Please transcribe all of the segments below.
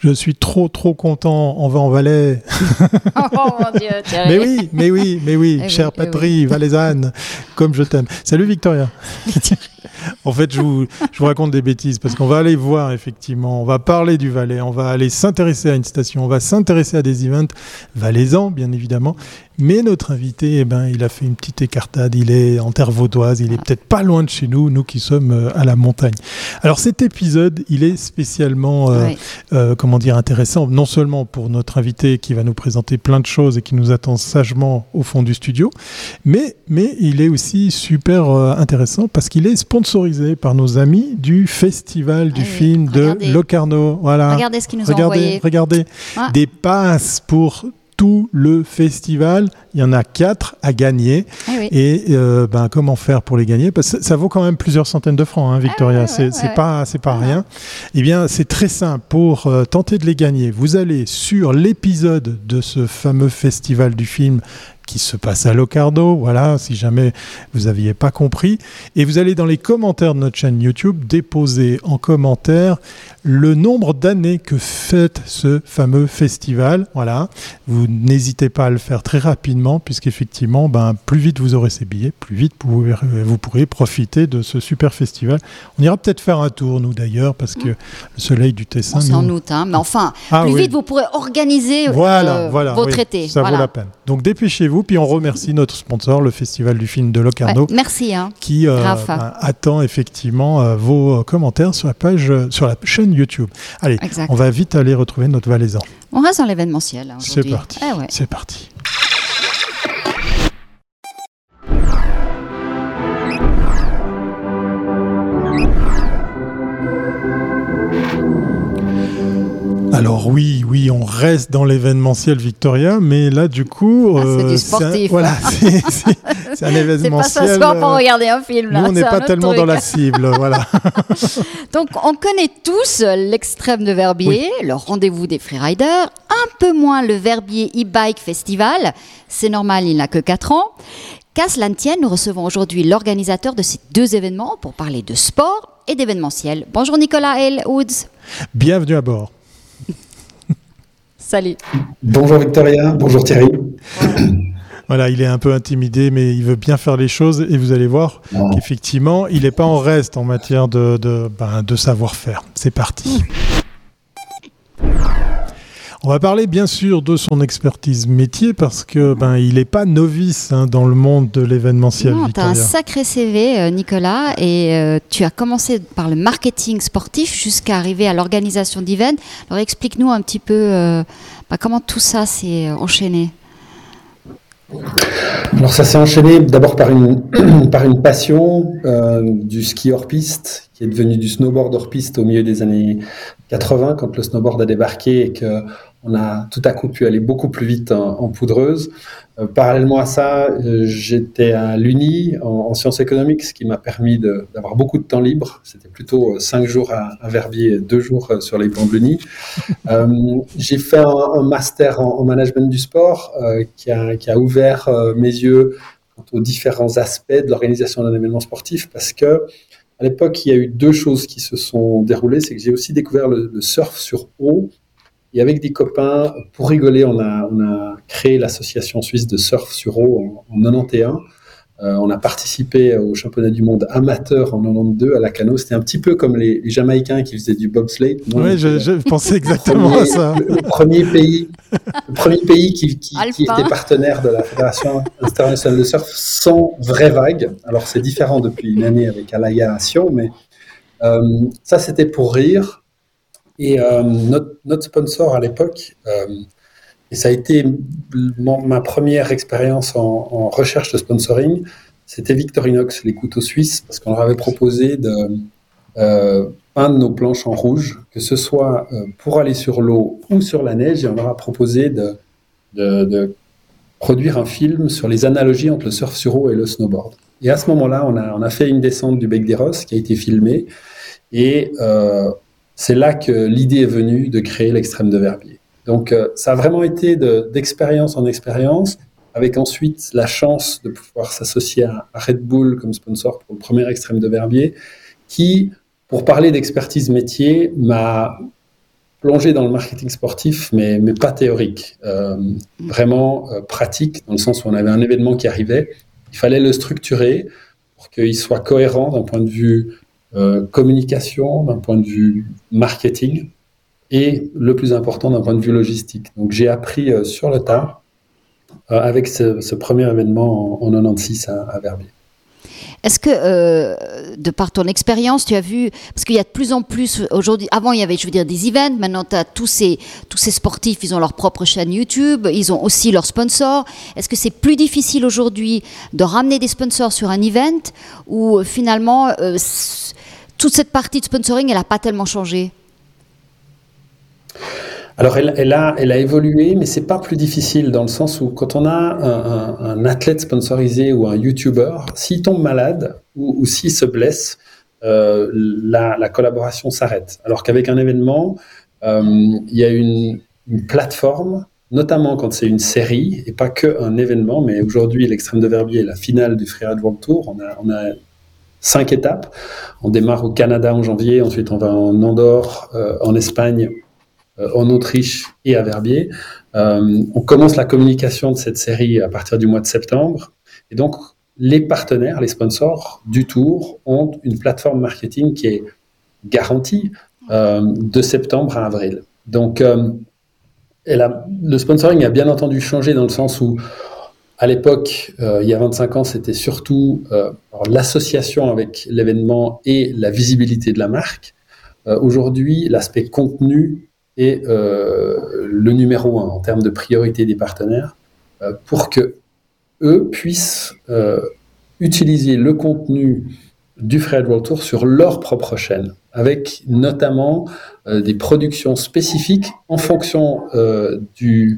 Je suis trop content. On va en Valais. Oh mon Dieu, Thierry. Mais oui, chère Patrie, valaisanne, comme je t'aime. Salut Victoria. En fait, je vous raconte des bêtises parce qu'on va aller voir, effectivement, on va parler du Valais, on va aller s'intéresser à une station, on va s'intéresser à des events valaisans, bien évidemment. Mais notre invité, il a fait une petite écartade, il est en terre vaudoise, il est peut-être pas loin de chez nous, nous qui sommes à la montagne. Alors cet épisode, il est spécialement intéressant, non seulement pour notre invité qui va nous présenter plein de choses et qui nous attend sagement au fond du studio, mais il est aussi super intéressant parce qu'il est sponsorisé par nos amis du Festival du film de Locarno. Voilà. Regardez ce qu'ils nous ont envoyé. Regardez, des passes pour tout le festival, il y en a 4 à gagner. Et comment faire pour les gagner? Parce que ça vaut quand même plusieurs centaines de francs, hein, Victoria. C'est pas rien. Eh bien, c'est très simple. Pour tenter de les gagner, vous allez sur l'épisode de ce fameux festival du film qui se passe à Locarno, voilà, si jamais vous n'aviez pas compris. Et vous allez dans les commentaires de notre chaîne YouTube déposer en commentaire le nombre d'années que fête ce fameux festival. Voilà, vous n'hésitez pas à le faire très rapidement, puisqu'effectivement, plus vite vous aurez ces billets, plus vite vous pourrez profiter de ce super festival. On ira peut-être faire un tour, nous d'ailleurs, parce que le soleil du Tessin... C'est en août, hein, mais enfin, vite vous pourrez organiser votre été. Ça vaut la peine. Donc dépêchez-vous, puis on remercie notre sponsor, le Festival du film de Locarno. Merci, qui attend effectivement vos commentaires sur la chaîne YouTube. Allez, on va vite aller retrouver notre valaisan. On reste dans l'événementiel aujourd'hui. C'est parti. C'est parti. Alors oui, on reste dans l'événementiel, Victoria, mais là du coup... c'est du sportif. C'est un événementiel... C'est pas s'asseoir pour regarder un film. Là. Nous, on n'est pas tellement dans la cible, voilà. Donc, on connaît tous l'extrême de Verbier, le rendez-vous des freeriders, un peu moins le Verbier e-bike festival. C'est normal, il n'a que 4 ans. Qu'à cela ne tienne, nous recevons aujourd'hui l'organisateur de ces 2 événements pour parler de sport et d'événementiel. Bonjour Nicolas L. Woods. Bienvenue à bord. Salut. Bonjour Victoria, bonjour Thierry. Voilà, il est un peu intimidé, mais il veut bien faire les choses et vous allez voir qu'effectivement, il n'est pas en reste en matière de savoir-faire. C'est parti. On va parler bien sûr de son expertise métier parce que il n'est pas novice dans le monde de l'événementiel. Tu as un sacré CV, Nicolas, et tu as commencé par le marketing sportif jusqu'à arriver à l'organisation d'events. Alors explique-nous un petit peu comment tout ça s'est enchaîné. Alors ça s'est enchaîné d'abord par une passion du ski hors-piste qui est devenu du snowboard hors-piste au milieu des années 80 quand le snowboard a débarqué et qu'on a tout à coup pu aller beaucoup plus vite en poudreuse. Parallèlement à ça, j'étais à l'Uni en sciences économiques, ce qui m'a permis d'avoir beaucoup de temps libre. C'était plutôt 5 jours à Verbier et 2 jours sur les bancs de l'Uni. J'ai fait un master en management du sport qui a ouvert mes yeux aux différents aspects de l'organisation d'un événement sportif parce que à l'époque, il y a eu 2 choses qui se sont déroulées. C'est que j'ai aussi découvert le surf sur eau. Et avec des copains, pour rigoler, on a créé l'association suisse de surf sur eau en 91. On a participé au championnat du monde amateur en 92 à Lacanau. C'était un petit peu comme les Jamaïcains qui faisaient du bobsleigh. Oui, je pensais exactement à ça. Le premier pays qui était partenaire de la Fédération internationale de surf sans vraie vague. Alors c'est différent depuis une année avec Alaya à Sion, mais ça c'était pour rire. Et notre sponsor à l'époque, et ça a été ma première expérience en recherche de sponsoring, c'était Victorinox, les couteaux suisses, parce qu'on leur avait proposé de peindre nos planches en rouge, que ce soit pour aller sur l'eau ou sur la neige, et on leur a proposé de produire un film sur les analogies entre le surf sur eau et le snowboard. Et à ce moment-là, on a fait une descente du Bec des Rosses qui a été filmée, et c'est là que l'idée est venue de créer l'extrême de Verbier. Donc, ça a vraiment été d'expérience en expérience, avec ensuite la chance de pouvoir s'associer à Red Bull comme sponsor pour le premier extrême de Verbier, qui, pour parler d'expertise métier, m'a plongé dans le marketing sportif, mais pas théorique, vraiment pratique, dans le sens où on avait un événement qui arrivait, il fallait le structurer pour qu'il soit cohérent d'un point de vue communication, d'un point de vue marketing, et le plus important d'un point de vue logistique. Donc j'ai appris sur le tas avec ce premier événement en 96 à Verbier. Est-ce que, de par ton expérience, tu as vu, parce qu'il y a de plus en plus aujourd'hui, avant il y avait, des events, maintenant tu as tous ces sportifs, ils ont leur propre chaîne YouTube, ils ont aussi leurs sponsors. Est-ce que c'est plus difficile aujourd'hui de ramener des sponsors sur un event ou finalement, toute cette partie de sponsoring, elle n'a pas tellement changé ? Alors, elle a évolué, mais c'est pas plus difficile dans le sens où quand on a un athlète sponsorisé ou un YouTuber, s'il tombe malade ou s'il se blesse, la collaboration s'arrête. Alors qu'avec un événement, il y a une plateforme, notamment quand c'est une série et pas qu'un événement, mais aujourd'hui, l'Extrême de Verbier, la finale du Freeride World Tour, on a 5 étapes. On démarre au Canada en janvier, ensuite on va en Andorre, en Espagne, en Autriche et à Verbier. On commence la communication de cette série à partir du mois de septembre. Et donc, les partenaires, les sponsors du Tour ont une plateforme marketing qui est garantie de septembre à avril. Donc, le sponsoring a bien entendu changé dans le sens où, à l'époque, il y a 25 ans, c'était surtout l'association avec l'événement et la visibilité de la marque. Aujourd'hui, l'aspect contenu est le numéro 1 en termes de priorité des partenaires pour que eux puissent utiliser le contenu du Freeride World Tour sur leur propre chaîne, avec notamment des productions spécifiques en fonction du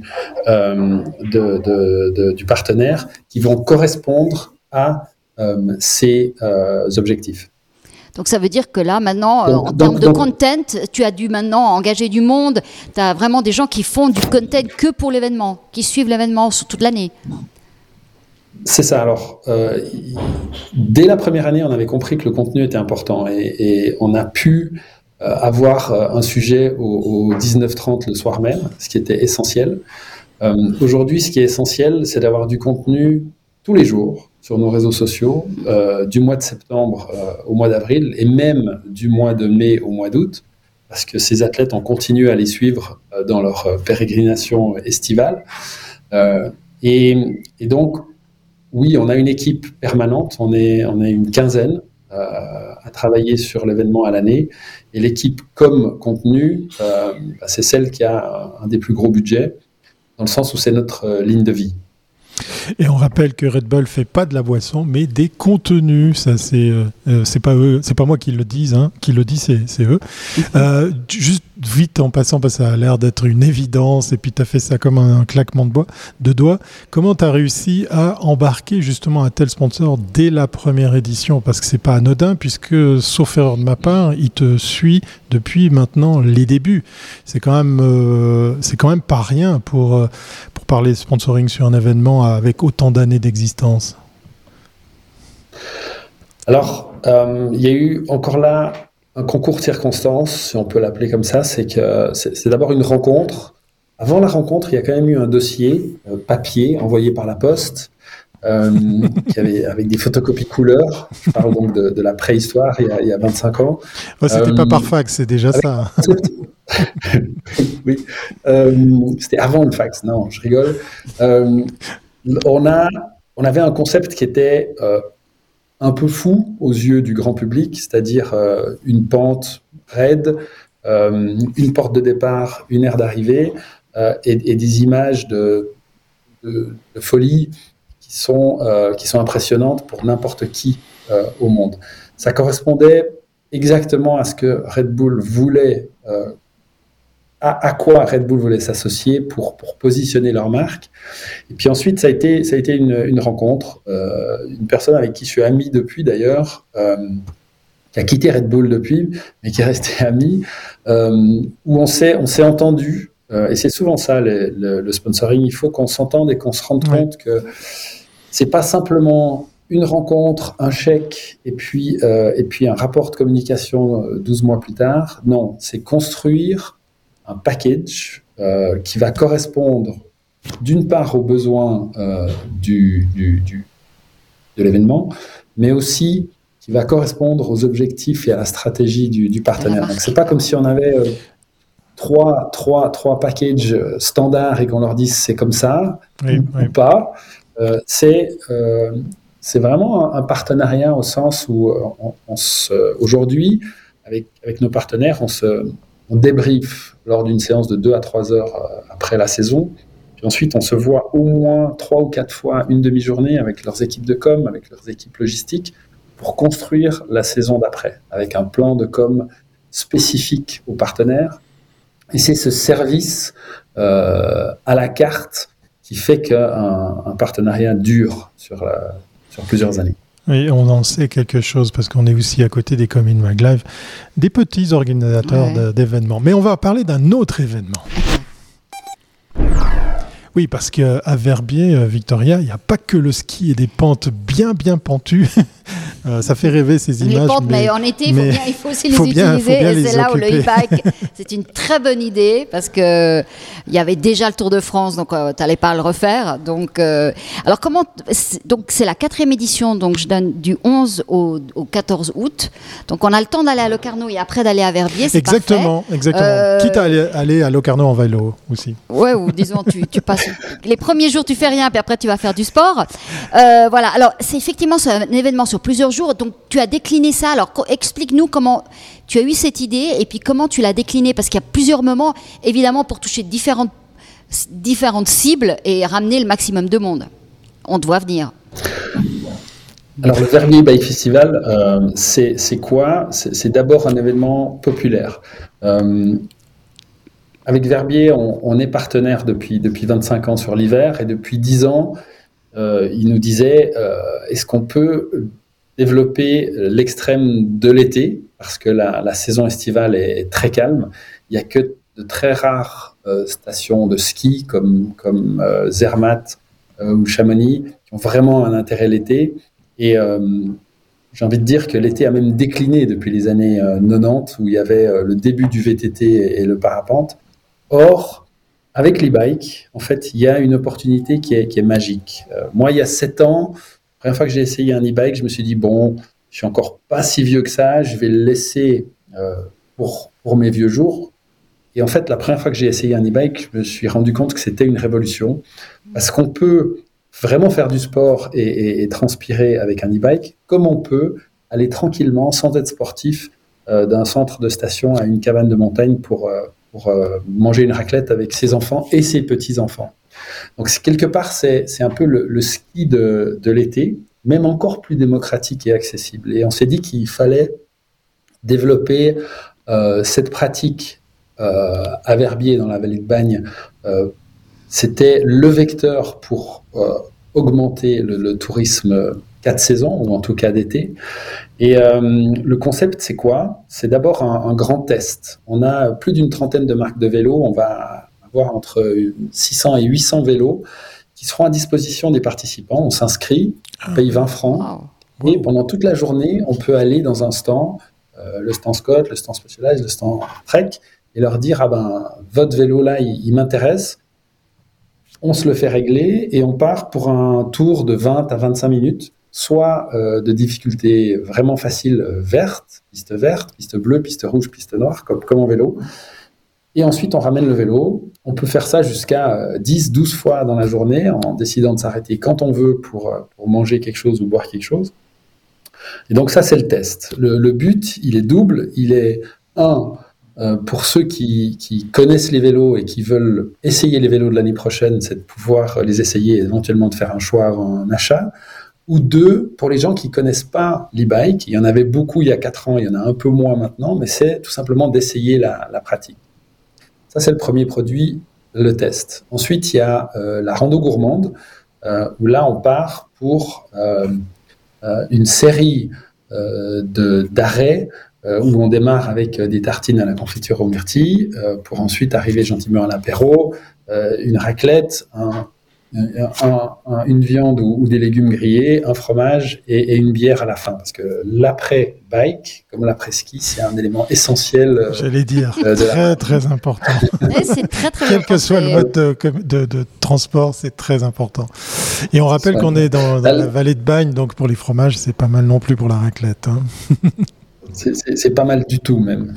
partenaire qui vont correspondre à ces objectifs. Donc ça veut dire que là, maintenant, en termes de content, tu as dû maintenant engager du monde. Tu as vraiment des gens qui font du content que pour l'événement, qui suivent l'événement sur toute l'année. C'est ça. Alors, dès la première année, on avait compris que le contenu était important et on a pu avoir un sujet au 19h30 le soir même, ce qui était essentiel. Aujourd'hui, ce qui est essentiel, c'est d'avoir du contenu tous les jours sur nos réseaux sociaux, du mois de septembre au mois d'avril, et même du mois de mai au mois d'août, parce que ces athlètes, on continue à les suivre dans leur pérégrination estivale. Et donc, oui, on a une équipe permanente, on est une quinzaine à travailler sur l'événement à l'année, et l'équipe comme contenu, c'est celle qui a un des plus gros budgets, dans le sens où c'est notre ligne de vie. Et on rappelle que Red Bull fait pas de la boisson, mais des contenus. Ça, c'est pas eux, c'est pas moi qui le dis, c'est eux. Juste vite en passant, parce que ça a l'air d'être une évidence, et puis tu as fait ça comme un claquement de doigts. Comment tu as réussi à embarquer justement un tel sponsor dès la première édition? Parce que c'est pas anodin, puisque, sauf erreur de ma part, il te suit depuis maintenant les débuts. C'est quand même pas rien pour parler de sponsoring sur un événement avec autant d'années d'existence. Alors, il y a eu encore là un concours de circonstances, si on peut l'appeler comme ça. C'est d'abord une rencontre. Avant la rencontre, il y a quand même eu un dossier papier envoyé par la poste avec des photocopies couleurs. Je parle donc de la préhistoire, il y a 25 ans. Ouais, c'était pas par fax, c'est déjà ça. Oui, c'était avant le fax, non, je rigole. On avait un concept qui était un peu fou aux yeux du grand public, c'est-à-dire une pente raide, une porte de départ, une aire d'arrivée, et des images de folie qui sont impressionnantes pour n'importe qui au monde. Ça correspondait exactement à ce que Red Bull voulait, à quoi Red Bull voulait s'associer pour positionner leur marque. Et puis ensuite, ça a été une rencontre, une personne avec qui je suis ami depuis d'ailleurs, qui a quitté Red Bull depuis, mais qui est resté ami, où on s'est entendu, et c'est souvent ça le sponsoring, il faut qu'on s'entende et qu'on se rende compte que c'est pas simplement une rencontre, un chèque, et puis un rapport de communication 12 mois plus tard. Non, c'est construire un package qui va correspondre d'une part aux besoins de l'événement, mais aussi qui va correspondre aux objectifs et à la stratégie du partenaire. Donc, c'est pas comme si on avait trois packages standards et qu'on leur dise c'est comme ça ou pas. C'est vraiment un partenariat au sens où aujourd'hui, avec nos partenaires, on débriefe lors d'une séance de 2 à 3 heures après la saison. Puis ensuite, on se voit au moins 3 ou 4 fois une demi-journée avec leurs équipes de com, avec leurs équipes logistiques, pour construire la saison d'après, avec un plan de com spécifique aux partenaires. Et c'est ce service à la carte qui fait qu'un partenariat dure sur plusieurs années. Oui, on en sait quelque chose parce qu'on est aussi à côté des Coming Mag Live, des petits organisateurs d'événements. Mais on va parler d'un autre événement. Oui, parce qu'à Verbier, Victoria, il n'y a pas que le ski et des pentes bien pentues. Ça fait rêver ces images. Les pentes, mais en été, il faut aussi les utiliser. Et c'est là où le e-bike, c'est une très bonne idée parce qu'il y avait déjà le Tour de France, donc tu n'allais pas le refaire. Donc, alors donc c'est la 4e édition, donc je donne du 11 au 14 août. Donc on a le temps d'aller à Locarno et après d'aller à Verbier, c'est exactement, parfait. Exactement. Quitte à aller à Locarno en vélo aussi. Ouais, ou disons, tu passes... Les premiers jours, tu fais rien, puis après, tu vas faire du sport. Voilà. Alors, c'est effectivement un événement sur plusieurs jours. Donc, tu as décliné ça. Alors, explique-nous comment tu as eu cette idée et puis comment tu l'as décliné. Parce qu'il y a plusieurs moments, évidemment, pour toucher différentes cibles et ramener le maximum de monde. On te voit venir. Alors, le Verbier Bike Festival, c'est quoi ? C'est d'abord un événement populaire. Avec Verbier, on est partenaire depuis 25 ans sur l'hiver et depuis 10 ans, il nous disait est-ce qu'on peut développer l'extrême de l'été parce que la saison estivale est très calme. Il n'y a que de très rares stations de ski comme Zermatt ou Chamonix qui ont vraiment un intérêt l'été. Et j'ai envie de dire que l'été a même décliné depuis les années 90 où il y avait le début du VTT et le parapente. Or, avec l'e-bike, en fait, il y a une opportunité qui est magique. Moi, il y a 7 ans, la première fois que j'ai essayé un e-bike, je me suis dit, bon, je suis encore pas si vieux que ça, je vais le laisser pour mes vieux jours. Et en fait, la première fois que j'ai essayé un e-bike, je me suis rendu compte que c'était une révolution, parce qu'on peut vraiment faire du sport et transpirer avec un e-bike, comme on peut aller tranquillement, sans être sportif, d'un centre de station à une cabane de montagne pour manger une raclette avec ses enfants et ses petits-enfants. Donc, quelque part, c'est un peu le ski de l'été, même encore plus démocratique et accessible. Et on s'est dit qu'il fallait développer cette pratique à Verbier, dans la vallée de Bagne. C'était le vecteur pour augmenter le tourisme 4 saisons, ou en tout cas d'été. Et le concept, c'est quoi ? C'est d'abord un grand test. On a plus d'une trentaine de marques de vélos. On va avoir entre 600 et 800 vélos qui seront à disposition des participants. On s'inscrit, on paye 20 francs. Wow. Et pendant toute la journée, on peut aller dans un stand, le stand Scott, le stand Specialized, le stand Trek, et leur dire, votre vélo là, il m'intéresse. On se le fait régler et on part pour un tour de 20 à 25 minutes, soit de difficulté vraiment facile, verte, piste bleue, piste rouge, piste noire, comme en vélo. Et ensuite, on ramène le vélo. On peut faire ça jusqu'à 10-12 fois dans la journée en décidant de s'arrêter quand on veut pour manger quelque chose ou boire quelque chose. Et donc ça, c'est le test. Le but, il est double. Il est pour ceux qui connaissent les vélos et qui veulent essayer les vélos de l'année prochaine, c'est de pouvoir les essayer et éventuellement de faire un choix avant un achat. Ou 2, pour les gens qui ne connaissent pas l'e-bike, il y en avait beaucoup il y a 4 ans, il y en a un peu moins maintenant, mais c'est tout simplement d'essayer la pratique. Ça, c'est le premier produit, le test. Ensuite, il y a la rando gourmande, où là, on part pour une série d'arrêts où on démarre avec des tartines à la confiture aux myrtilles, pour ensuite arriver gentiment à l'apéro, une raclette, une viande ou des légumes grillés, un fromage et une bière à la fin. Parce que l'après-bike, comme l'après-ski, c'est un élément essentiel. J'allais dire, très important. C'est très Quel que soit le mode de transport, c'est très important. Et on rappelle qu'on est dans la vallée de Bagne, donc pour les fromages, c'est pas mal non plus pour la raclette. Hein. C'est pas mal du tout même.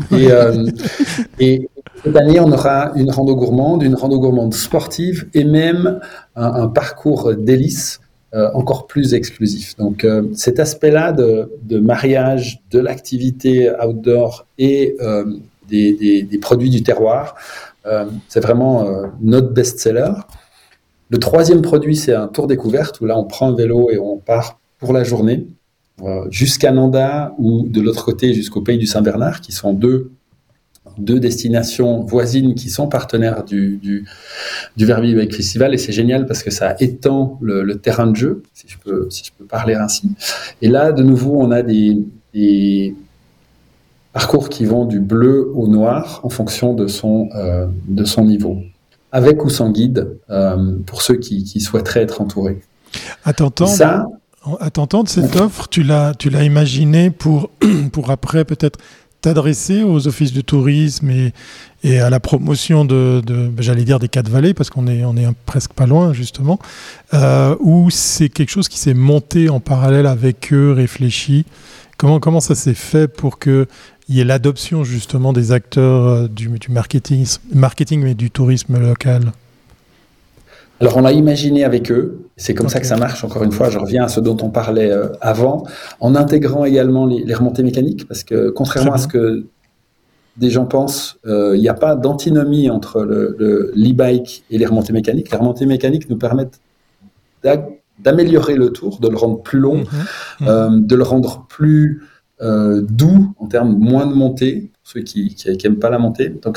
Et cette année, on aura une rando gourmande sportive et même un parcours délices encore plus exclusif. Donc cet aspect-là de mariage de l'activité outdoor et des produits du terroir, c'est vraiment notre best-seller. Le troisième produit, c'est un tour découverte où là, on prend un vélo et on part pour la journée jusqu'à Nanda ou de l'autre côté jusqu'au Pays du Saint-Bernard, qui sont deux destinations voisines qui sont partenaires du Verbier Bike Festival. Et c'est génial parce que ça étend le terrain de jeu, si je peux parler ainsi. Et là, de nouveau, on a des parcours qui vont du bleu au noir en fonction de son niveau, avec ou sans guide, pour ceux qui souhaiteraient être entourés. À t'entendre, cette offre, tu l'as imaginée pour après peut-être t'adresser aux offices de tourisme et à la promotion j'allais dire des 4 vallées, parce qu'on est presque pas loin justement, ou c'est quelque chose qui s'est monté en parallèle avec eux, réfléchi. Comment ça s'est fait pour qu'il y ait l'adoption justement des acteurs du marketing mais du tourisme local? Alors, on l'a imaginé avec eux. C'est comme ça que ça marche. Encore une fois, je reviens à ce dont on parlait avant, en intégrant également les remontées mécaniques, parce que contrairement à ce que des gens pensent, il n'y a pas d'antinomie entre l'e-bike et les remontées mécaniques. Les remontées mécaniques nous permettent d'améliorer le tour, de le rendre plus long, de le rendre plus doux en termes de moins de montée, pour ceux qui n'aiment pas la montée. Donc,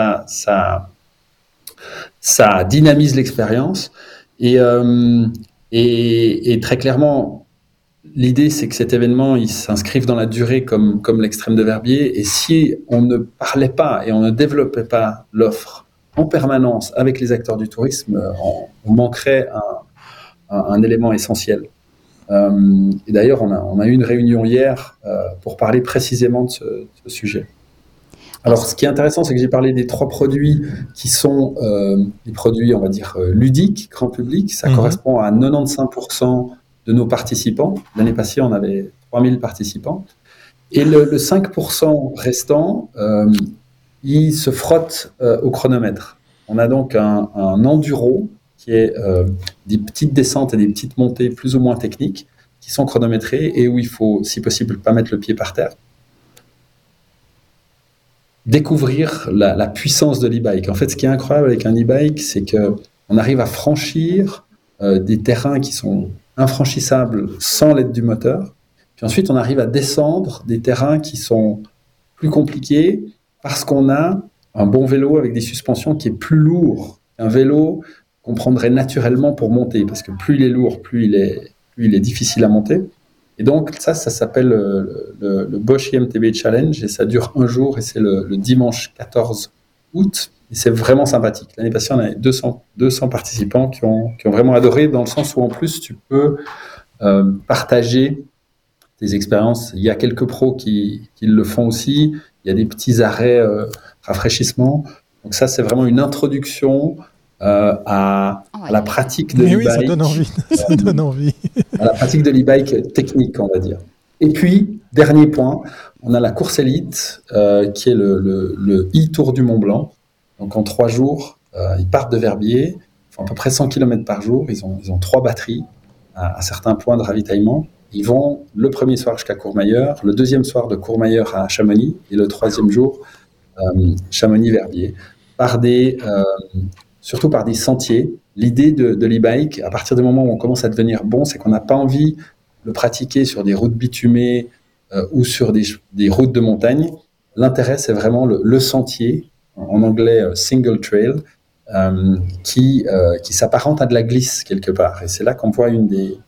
ça dynamise l'expérience et très clairement, l'idée c'est que cet événement il s'inscrive dans la durée comme l'extrême de Verbier, et si on ne parlait pas et on ne développait pas l'offre en permanence avec les acteurs du tourisme, on manquerait un élément essentiel. Et d'ailleurs, on a eu une réunion hier pour parler précisément de ce sujet. Alors, ce qui est intéressant, c'est que j'ai parlé des 3 produits qui sont des produits, on va dire, ludiques, grand public. Ça correspond à 95% de nos participants. L'année passée, on avait 3000 participants. Et le 5% restant, il se frotte au chronomètre. On a donc un enduro qui est des petites descentes et des petites montées plus ou moins techniques qui sont chronométrées et où il faut, si possible, pas mettre le pied par terre. Découvrir la puissance de l'e-bike. En fait, ce qui est incroyable avec un e-bike, c'est qu'on arrive à franchir des terrains qui sont infranchissables sans l'aide du moteur. Puis ensuite, on arrive à descendre des terrains qui sont plus compliqués parce qu'on a un bon vélo avec des suspensions qui est plus lourd qu'un vélo qu'on prendrait naturellement pour monter. Parce que plus il est lourd, plus il est difficile à monter. Et donc, ça s'appelle le Bosch IMTB Challenge et ça dure un jour et c'est le dimanche 14 août. Et c'est vraiment sympathique. L'année passée, on avait 200 participants qui ont vraiment adoré, dans le sens où, en plus, tu peux partager tes expériences. Il y a quelques pros qui le font aussi. Il y a des petits arrêts rafraîchissement. Donc ça, c'est vraiment une introduction à la pratique de l'e-bike. Oui, ça donne envie. À la pratique de l'e-bike technique, on va dire. Et puis, dernier point, on a la course élite, qui est le e-Tour du Mont Blanc. Donc en 3 jours, ils partent de Verbier, ils font à peu près 100 km par jour, ils ont 3 batteries à certains points de ravitaillement. Ils vont le premier soir jusqu'à Courmayeur, le deuxième soir de Courmayeur à Chamonix, et le 3e jour, Chamonix-Verbier, surtout par des sentiers. L'idée de l'e-bike, à partir du moment où on commence à devenir bon, c'est qu'on n'a pas envie de le pratiquer sur des routes bitumées ou sur des routes de montagne. L'intérêt, c'est vraiment le sentier, en anglais single trail, qui s'apparente à de la glisse quelque part. Et c'est là qu'on voit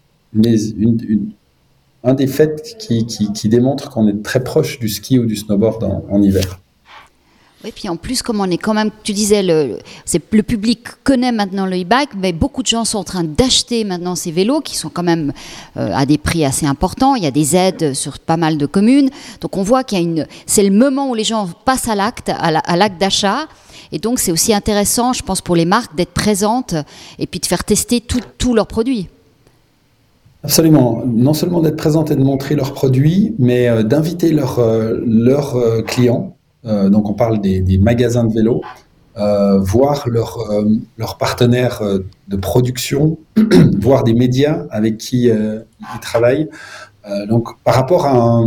un des faits qui démontre qu'on est très proche du ski ou du snowboard en hiver. Oui, puis en plus, comme on est quand même, tu disais, le public connaît maintenant le e-bike, mais beaucoup de gens sont en train d'acheter maintenant ces vélos qui sont quand même à des prix assez importants. Il y a des aides sur pas mal de communes. Donc on voit c'est le moment où les gens passent à l'acte d'achat. Et donc c'est aussi intéressant, je pense, pour les marques d'être présentes et puis de faire tester tous leurs produits. Absolument. Non seulement d'être présentes et de montrer leurs produits, mais d'inviter leurs clients. Donc on parle des magasins de vélos, voir leurs partenaires de production, voir des médias avec qui ils travaillent. Donc par rapport à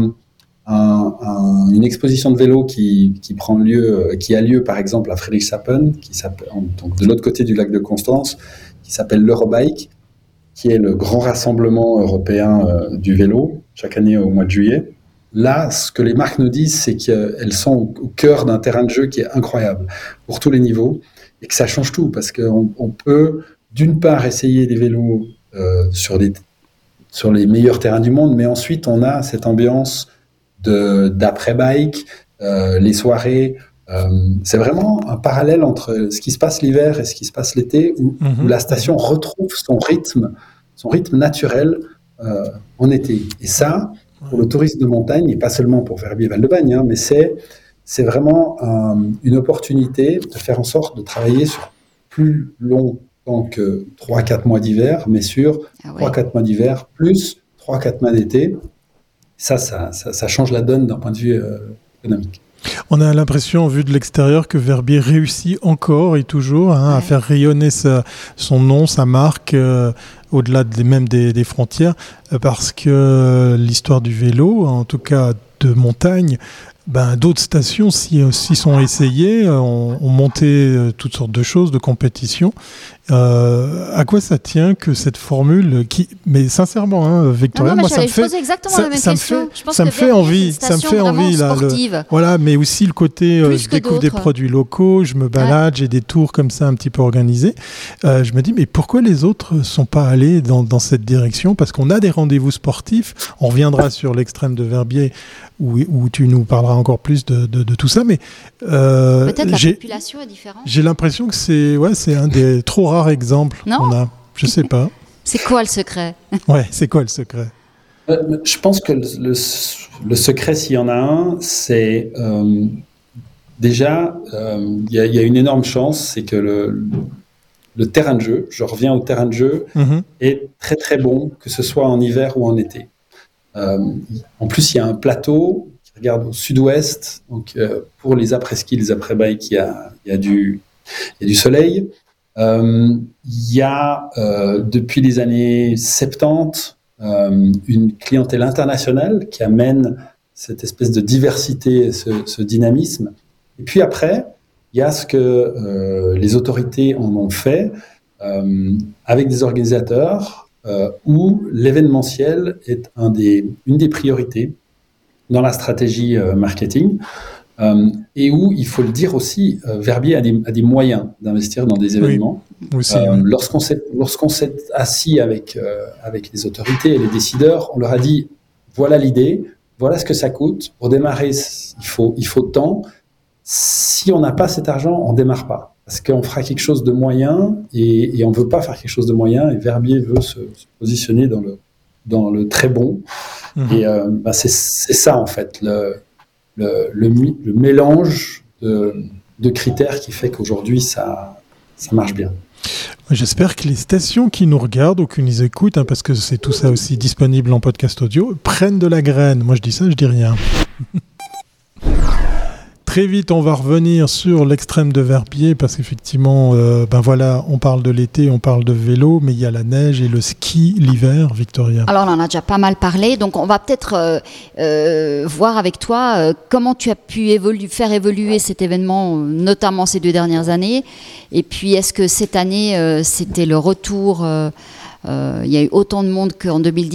une exposition de vélo qui a lieu par exemple à Friedrichshafen, donc de l'autre côté du lac de Constance, qui s'appelle l'Eurobike, qui est le grand rassemblement européen du vélo, chaque année au mois de juillet. Là, ce que les marques nous disent, c'est qu'elles sont au cœur d'un terrain de jeu qui est incroyable pour tous les niveaux et que ça change tout parce qu'on peut d'une part essayer des vélos sur les meilleurs terrains du monde, mais ensuite on a cette ambiance d'après-bike, les soirées. C'est vraiment un parallèle entre ce qui se passe l'hiver et ce qui se passe l'été où la station retrouve son rythme naturel en été. Et ça, pour le tourisme de montagne, et pas seulement pour Verbier-Val-de-Bagne, mais c'est vraiment une opportunité de faire en sorte de travailler sur plus longtemps que 3-4 mois d'hiver, mais sur 3-4 mois d'hiver, plus 3-4 mois d'été. Ça change la donne d'un point de vue économique. On a l'impression, vu de l'extérieur, que Verbier réussit encore et toujours à faire rayonner son nom, sa marque, au-delà même des frontières, parce que l'histoire du vélo, en tout cas de montagne, d'autres stations s'y sont essayées, ont monté toutes sortes de choses, de compétitions. À quoi ça tient que cette formule mais sincèrement, Victoria, moi ça me fait exactement la même question. Ça me fait envie, là, voilà, mais aussi le côté je découvre des produits locaux, je me balade, j'ai des tours comme ça un petit peu organisés. Je me dis mais pourquoi les autres sont pas allés dans cette direction? Parce qu'on a des rendez-vous sportifs. On reviendra sur l'extrême de Verbier où tu nous parleras encore plus de tout ça, mais peut-être la population est différente. J'ai l'impression que c'est un des trop rares exemples qu'on a. Je sais pas. C'est quoi le secret? Ouais, c'est quoi le secret? Je pense que le secret, s'il y en a un, c'est déjà, il y a une énorme chance, c'est que le terrain de jeu, je reviens au terrain de jeu, est très très bon, que ce soit en hiver ou en été. En plus, il y a un plateau qui regarde au sud-ouest, donc pour les après-ski, les après-bike, il y a du soleil. Il y a depuis les années 70 une clientèle internationale qui amène cette espèce de diversité, ce dynamisme. Et puis après, il y a ce que les autorités en ont fait avec des organisateurs où l'événementiel est une des priorités dans la stratégie marketing. Et où, il faut le dire aussi, Verbier a des moyens d'investir dans des événements. Oui, aussi, lorsqu'on s'est assis avec les autorités et les décideurs, on leur a dit, voilà l'idée, voilà ce que ça coûte. Pour démarrer, il faut tant. Si on n'a pas cet argent, on ne démarre pas. Parce qu'on fera quelque chose de moyen et on ne veut pas faire quelque chose de moyen. Et Verbier veut se positionner dans le très bon. Et c'est ça, en fait, le mélange de critères qui fait qu'aujourd'hui ça marche bien. J'espère que les stations qui nous regardent ou qui nous écoutent, parce que c'est tout ça aussi disponible en podcast audio, prennent de la graine. Moi je dis ça, je dis rien. Très vite, on va revenir sur l'extrême de Verbier parce qu'effectivement, on parle de l'été, on parle de vélo, mais il y a la neige et le ski l'hiver, Victoria. Alors, on en a déjà pas mal parlé, donc on va peut-être voir avec toi comment tu as pu faire évoluer cet événement, notamment ces 2 dernières années. Et puis, est-ce que cette année, c'était le retour, il y a eu autant de monde qu'en 2019 ?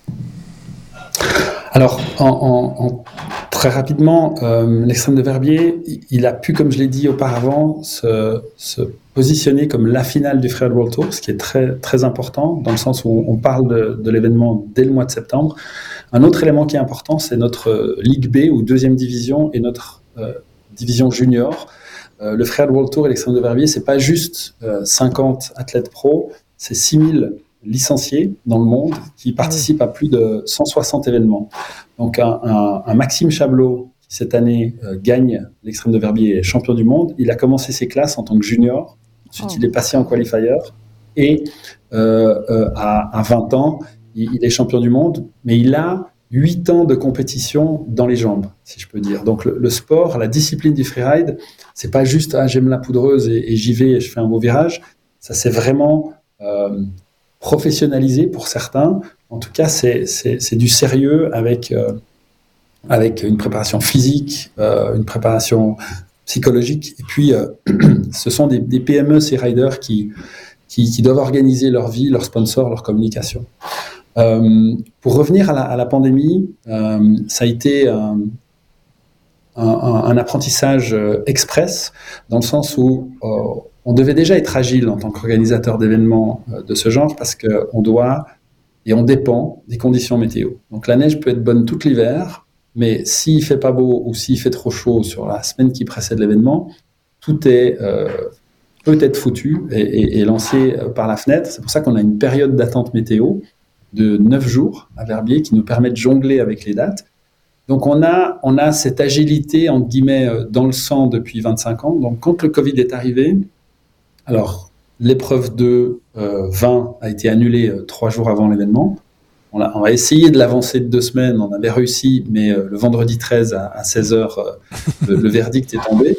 Alors, très rapidement, l'extrême de Verbier, il a pu, comme je l'ai dit auparavant, se positionner comme la finale du Freeride World Tour, ce qui est très, très important, dans le sens où on parle de l'événement dès le mois de septembre. Un autre élément qui est important, c'est notre Ligue B, ou deuxième division, et notre division junior. Le Freeride World Tour et l'Extrême de Verbier, c'est pas juste 50 athlètes pro, c'est 6000 licenciés dans le monde qui participent à plus de 160 événements. Donc un Maxime Chablot, qui cette année gagne l'Extrême de Verbier et est champion du monde, il a commencé ses classes en tant que junior, ensuite il est passé en qualifier, et à 20 ans, il est champion du monde, mais il a 8 ans de compétition dans les jambes, si je peux dire. Donc le sport, la discipline du freeride, c'est pas juste j'aime la poudreuse et j'y vais et je fais un beau virage. Ça c'est vraiment professionnalisé pour certains. En tout cas, c'est du sérieux avec une préparation physique, une préparation psychologique. Et puis ce sont des PME, ces riders qui doivent organiser leur vie, leurs sponsors, leur communication. Pour revenir à la pandémie, ça a été un apprentissage express, dans le sens où on devait déjà être agile en tant qu'organisateur d'événements de ce genre, parce qu'on doit et on dépend des conditions météo. Donc la neige peut être bonne tout l'hiver, mais s'il fait pas beau ou s'il fait trop chaud sur la semaine qui précède l'événement, tout peut être foutu et lancé par la fenêtre. C'est pour ça qu'on a une période d'attente météo de 9 jours à Verbier qui nous permet de jongler avec les dates. Donc on a cette agilité entre guillemets dans le sang depuis 25 ans. Donc quand le Covid est arrivé, alors l'épreuve de 20 a été annulée 3 jours avant l'événement. On a essayé de l'avancer de 2 semaines, on avait réussi, mais le vendredi 13 à 16h, le verdict est tombé.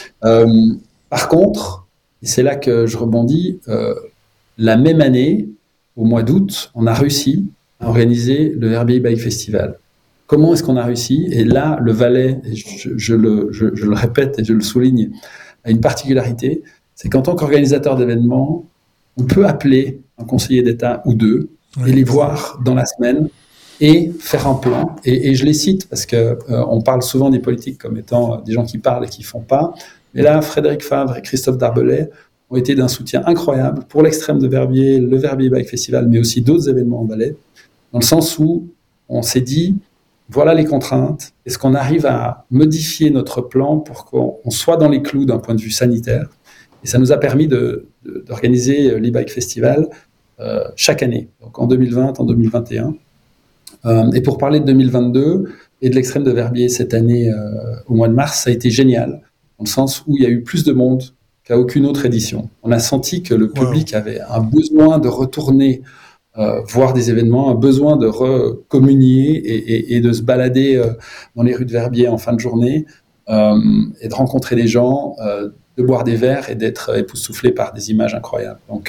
Par contre, et c'est là que je rebondis, la même année, au mois d'août, on a réussi à organiser le Verbier Bike Festival. Comment est-ce qu'on a réussi ? Et là, le Valais, et je le répète et je le souligne, a une particularité, c'est qu'en tant qu'organisateur d'événements, on peut appeler un conseiller d'État ou deux et les voir dans la semaine et faire un plan. Et je les cite parce qu'on parle souvent des politiques comme étant des gens qui parlent et qui ne font pas. Mais là, Frédéric Favre et Christophe Darbelay ont été d'un soutien incroyable pour l'Extrême de Verbier, le Verbier Bike Festival, mais aussi d'autres événements en Valais, dans le sens où on s'est dit, voilà les contraintes, est-ce qu'on arrive à modifier notre plan pour qu'on soit dans les clous d'un point de vue sanitaire ? Et ça nous a permis d'organiser l'e-Bike Festival chaque année, donc en 2020, en 2021. Et pour parler de 2022 et de l'Extrême de Verbier cette année, au mois de mars, ça a été génial, dans le sens où il y a eu plus de monde qu'à aucune autre édition. On a senti que le public avait un besoin de retourner voir des événements, un besoin de recommunier et de se balader dans les rues de Verbier en fin de journée et de rencontrer des gens, de boire des verres et d'être époustouflé par des images incroyables. Donc,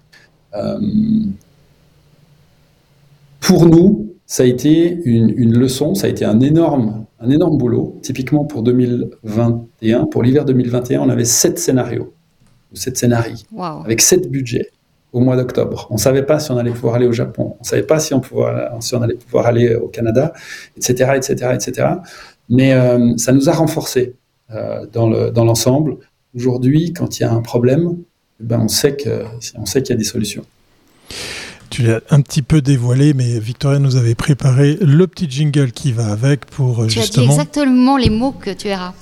pour nous, ça a été une leçon, ça a été un énorme boulot. Typiquement pour 2021, pour l'hiver 2021, on avait 7 scénarios, ou 7 scénarios, avec 7 budgets au mois d'octobre. On ne savait pas si on allait pouvoir aller au Japon, on ne savait pas si on allait pouvoir aller au Canada, etc., etc., etc. Mais ça nous a renforcés dans l'ensemble. Aujourd'hui, quand il y a un problème, on sait qu'il y a des solutions. Tu l'as un petit peu dévoilé, mais Victoria nous avait préparé le petit jingle qui va avec pour tu justement... Tu as dit exactement les mots que tu verras.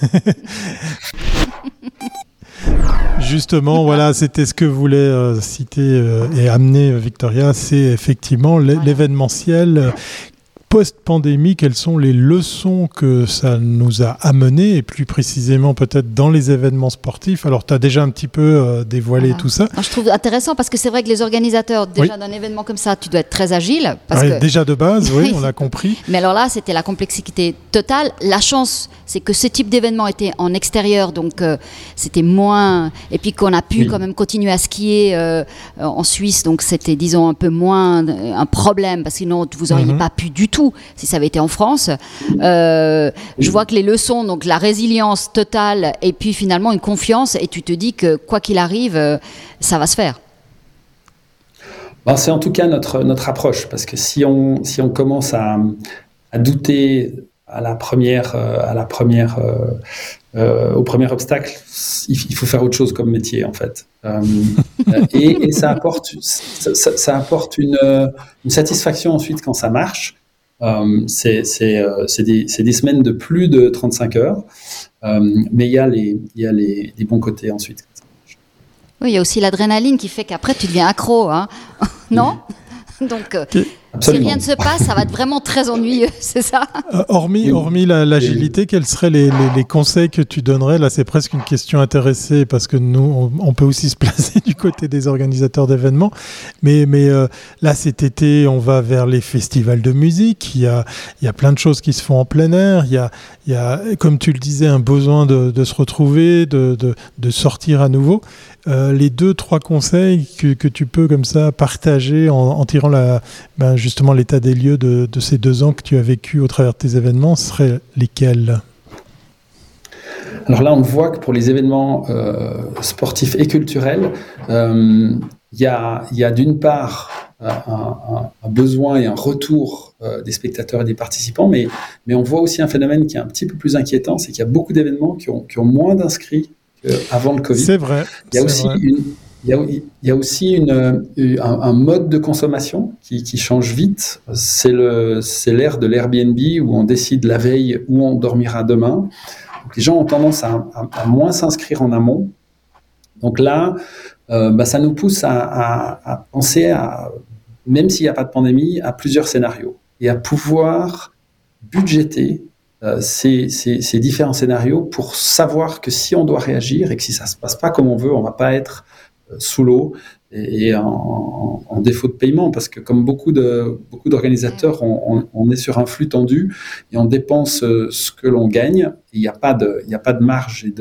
Justement, voilà, c'était ce que voulait citer et amener Victoria, c'est effectivement l'événementiel post-pandémie, quelles sont les leçons que ça nous a amenées, et plus précisément peut-être dans les événements sportifs. Alors, tu as déjà un petit peu dévoilé tout ça. Je trouve intéressant parce que c'est vrai que les organisateurs, déjà d'un événement comme ça, tu dois être très agile. Déjà de base, oui, on l'a compris. Mais alors là, c'était la complexité totale. La chance, c'est que ce type d'événement était en extérieur, donc c'était moins... Et puis qu'on a pu quand même continuer à skier en Suisse, donc c'était, disons, un peu moins un problème, parce que sinon, vous n'auriez pas pu du tout si ça avait été en France. Je vois que les leçons, donc la résilience totale et puis finalement une confiance, et tu te dis que quoi qu'il arrive, ça va se faire. C'est en tout cas notre approche, parce que si on commence à douter au premier obstacle, il faut faire autre chose comme métier en fait. Et ça apporte une satisfaction ensuite quand ça marche. c'est des semaines de plus de 35 heures, mais il y a les bons côtés ensuite. Oui, il y a aussi l'adrénaline qui fait qu'après tu deviens accro, hein. Non ? Donc, si rien ne se passe, ça va être vraiment très ennuyeux, c'est ça ? Hormis l'agilité, quels seraient les conseils que tu donnerais ? Là, c'est presque une question intéressée parce que nous, on peut aussi se placer du côté des organisateurs d'événements. Mais là, cet été, on va vers les festivals de musique. Il y a plein de choses qui se font en plein air. Il y a, comme tu le disais, un besoin de se retrouver, de sortir à nouveau. Les 2-3 conseils que tu peux comme ça partager en tirant justement l'état des lieux de ces 2 ans que tu as vécu au travers de tes événements seraient lesquels ? Alors là, on voit que pour les événements sportifs et culturels, il y a d'une part un besoin et un retour des spectateurs et des participants, mais on voit aussi un phénomène qui est un petit peu plus inquiétant, c'est qu'il y a beaucoup d'événements qui ont moins d'inscrits qu'avant le Covid. C'est vrai. Il y a aussi un mode de consommation qui change vite. C'est l'ère de l'Airbnb où on décide la veille où on dormira demain. Donc, les gens ont tendance à moins s'inscrire en amont. Donc là, ça nous pousse à penser, même s'il n'y a pas de pandémie, à plusieurs scénarios et à pouvoir budgéter ces différents scénarios pour savoir que si on doit réagir et que si ça ne se passe pas comme on veut, on ne va pas être sous l'eau et en défaut de paiement, parce que comme beaucoup d'organisateurs, on est sur un flux tendu et on dépense ce que l'on gagne. Il n'y a pas de marge et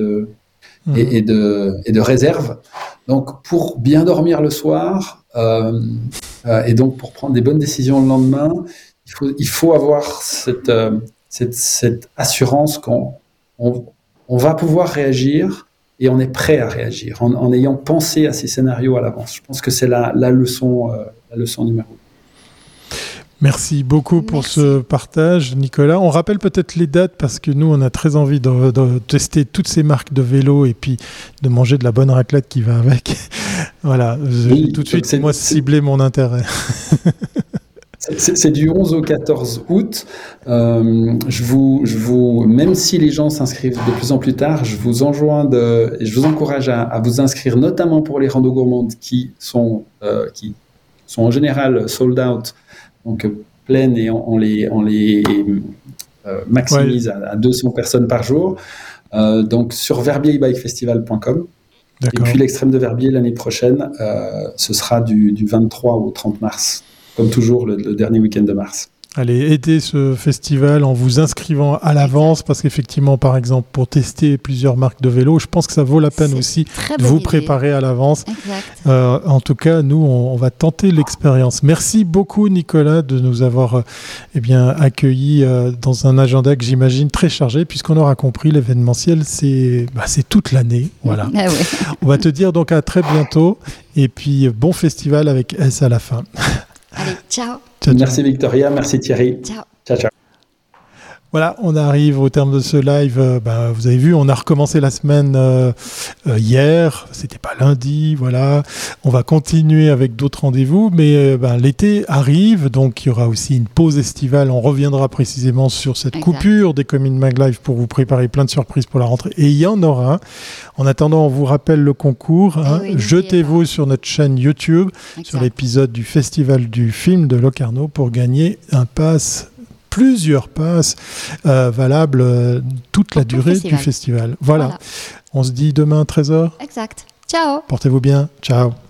de réserve. Donc pour bien dormir le soir et donc pour prendre des bonnes décisions le lendemain, il faut avoir cette assurance qu'on va pouvoir réagir et on est prêt à réagir en ayant pensé à ces scénarios à l'avance. Je pense que c'est la leçon numéro 1. Merci beaucoup pour ce partage, Nicolas. On rappelle peut-être les dates parce que nous, on a très envie de tester toutes ces marques de vélo et puis de manger de la bonne raclette qui va avec. Voilà, tout de suite, moi, cibler mon intérêt. C'est du 11 au 14 août. Je vous, même si les gens s'inscrivent de plus en plus tard, je vous encourage à vous inscrire, notamment pour les randos gourmandes qui sont en général sold out, donc pleines, et on les maximise à 200 personnes par jour. Donc sur verbier-e-bikefestival.com. Et puis l'extrême de Verbier l'année prochaine, ce sera du 23 au 30 mars. Comme toujours, le dernier week-end de mars. Allez, aidez ce festival en vous inscrivant à l'avance, parce qu'effectivement, par exemple, pour tester plusieurs marques de vélos, je pense que ça vaut la peine aussi de vous préparer à l'avance. En tout cas, nous, on va tenter l'expérience. Merci beaucoup, Nicolas, de nous avoir accueillis dans un agenda que j'imagine très chargé, puisqu'on aura compris, l'événementiel, c'est toute l'année. Voilà. Ah ouais. On va te dire donc à très bientôt, et puis bon festival avec S à la fin. Allez, ciao. Merci Victoria, merci Thierry. Ciao. Ciao. Voilà, on arrive au terme de ce live. Vous avez vu, on a recommencé la semaine hier. C'était pas lundi, voilà. On va continuer avec d'autres rendez-vous, mais l'été arrive, donc il y aura aussi une pause estivale. On reviendra précisément sur cette coupure des Coming Mag Live pour vous préparer plein de surprises pour la rentrée. Et il y en aura un. En attendant, on vous rappelle le concours. Jetez-vous sur notre chaîne YouTube, sur l'épisode du Festival du film de Locarno pour gagner un pass. Plusieurs passes valables toute la durée du festival. Voilà. On se dit demain à 13h. Exact. Ciao. Portez-vous bien. Ciao.